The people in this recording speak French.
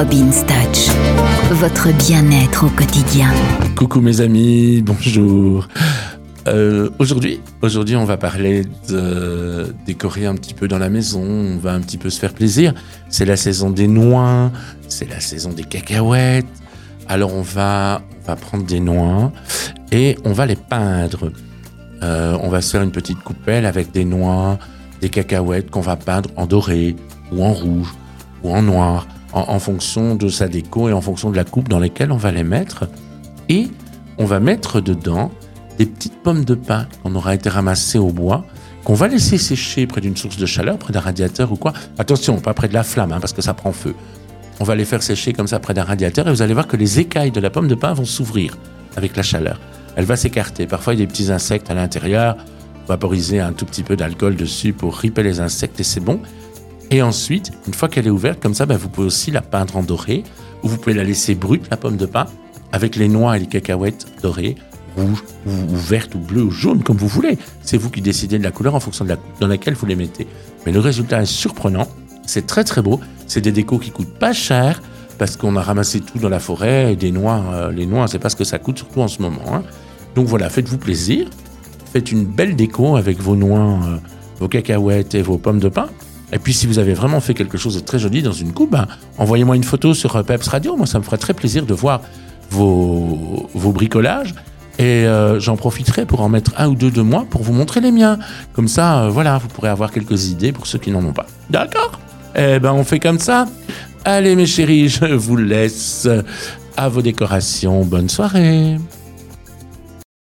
Robin's Touch, votre bien-être au quotidien. Coucou mes amis, bonjour. Aujourd'hui, on va parler de décorer un petit peu dans la maison, on va un petit peu se faire plaisir. C'est la saison des noix, c'est la saison des cacahuètes. Alors on va prendre des noix et on va les peindre. On va se faire une petite coupelle avec des noix, des cacahuètes qu'on va peindre en doré ou en rouge ou en noir, en fonction de sa déco et en fonction de la coupe dans laquelle on va les mettre. Et on va mettre dedans des petites pommes de pin qu'on aura été ramassées au bois, qu'on va laisser sécher près d'une source de chaleur, près d'un radiateur ou quoi. Attention, pas près de la flamme, parce que ça prend feu. On va les faire sécher comme ça près d'un radiateur et vous allez voir que les écailles de la pomme de pin vont s'ouvrir avec la chaleur. Elle va s'écarter. Parfois, il y a des petits insectes à l'intérieur. Vaporiser un tout petit peu d'alcool dessus pour ripper les insectes et c'est bon. Et ensuite, une fois qu'elle est ouverte comme ça, vous pouvez aussi la peindre en doré ou vous pouvez la laisser brute, la pomme de pin, avec les noix et les cacahuètes dorées, rouges ou vertes ou bleues ou jaunes, comme vous voulez. C'est vous qui décidez de la couleur en fonction de la coupe dans laquelle vous les mettez. Mais le résultat est surprenant. C'est très très beau. C'est des décos qui coûtent pas cher parce qu'on a ramassé tout dans la forêt et des noix. Les noix, c'est pas ce que ça coûte, surtout en ce moment. Donc voilà, faites-vous plaisir. Faites une belle déco avec vos noix, vos cacahuètes et vos pommes de pin. Et puis si vous avez vraiment fait quelque chose de très joli dans une coupe, envoyez-moi une photo sur Peps Radio. Moi, ça me ferait très plaisir de voir vos bricolages. Et j'en profiterai pour en mettre un ou deux de moi pour vous montrer les miens. Comme ça, vous pourrez avoir quelques idées pour ceux qui n'en ont pas. D'accord ? On fait comme ça. Allez mes chéris, je vous laisse à vos décorations. Bonne soirée.